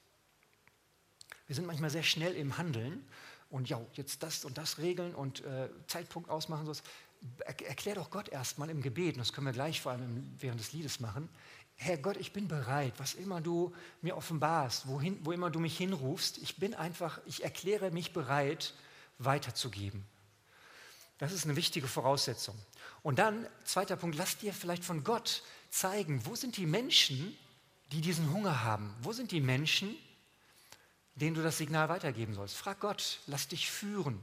Wir sind manchmal sehr schnell im Handeln und ja, jetzt das und das regeln und äh, Zeitpunkt ausmachen. So. Erklär doch Gott erstmal im Gebet, und das können wir gleich vor allem während des Liedes machen. Herr Gott, ich bin bereit, was immer du mir offenbarst, wohin, wo immer du mich hinrufst, ich bin einfach, ich erkläre mich bereit, weiterzugeben. Das ist eine wichtige Voraussetzung. Und dann, zweiter Punkt, lass dir vielleicht von Gott zeigen, wo sind die Menschen, die diesen Hunger haben? Wo sind die Menschen, denen du das Signal weitergeben sollst? Frag Gott, lass dich führen.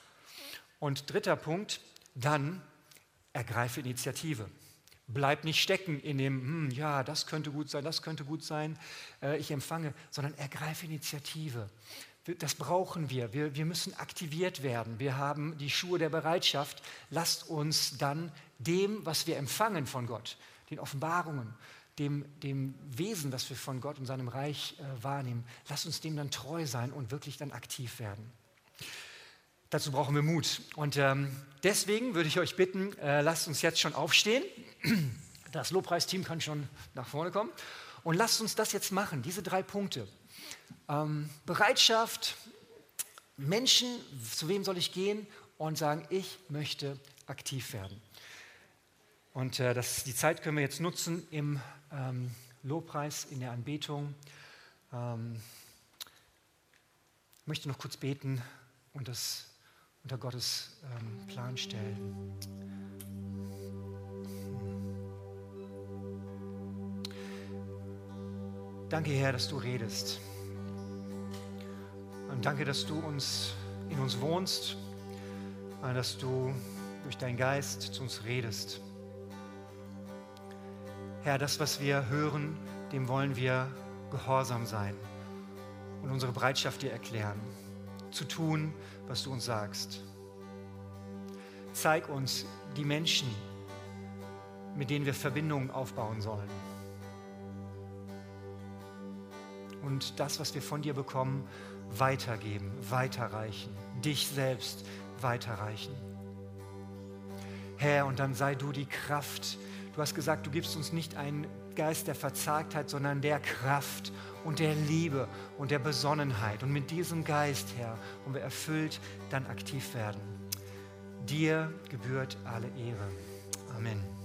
Und dritter Punkt, dann ergreife Initiative. Bleib nicht stecken in dem, hm, ja, das könnte gut sein, das könnte gut sein, äh, ich empfange, sondern ergreife Initiative. Das brauchen wir. wir. Wir müssen aktiviert werden. Wir haben die Schuhe der Bereitschaft. Lasst uns dann dem, was wir empfangen von Gott, den Offenbarungen, dem, dem Wesen, das wir von Gott und seinem Reich äh, wahrnehmen, lasst uns dem dann treu sein und wirklich dann aktiv werden. Dazu brauchen wir Mut. Und ähm, deswegen würde ich euch bitten, äh, lasst uns jetzt schon aufstehen. Das Lobpreisteam kann schon nach vorne kommen. Und lasst uns das jetzt machen, diese drei Punkte. Ähm, Bereitschaft, Menschen, zu wem soll ich gehen und sagen, ich möchte aktiv werden. Und äh, das, die Zeit können wir jetzt nutzen im ähm, Lobpreis, in der Anbetung. Ähm, ich möchte noch kurz beten und das unter Gottes ähm, Plan stellen. Danke, Herr, dass du redest. Und danke, dass du uns in uns wohnst, und dass du durch deinen Geist zu uns redest. Herr, das, was wir hören, dem wollen wir gehorsam sein und unsere Bereitschaft dir erklären, zu tun, was du uns sagst. Zeig uns die Menschen, mit denen wir Verbindungen aufbauen sollen. Und das, was wir von dir bekommen, weitergeben, weiterreichen, dich selbst weiterreichen. Herr, und dann sei du die Kraft. Du hast gesagt, du gibst uns nicht einen Geist der Verzagtheit, sondern der Kraft und der Liebe und der Besonnenheit. Und mit diesem Geist, Herr, wollen wir erfüllt dann aktiv werden. Dir gebührt alle Ehre. Amen.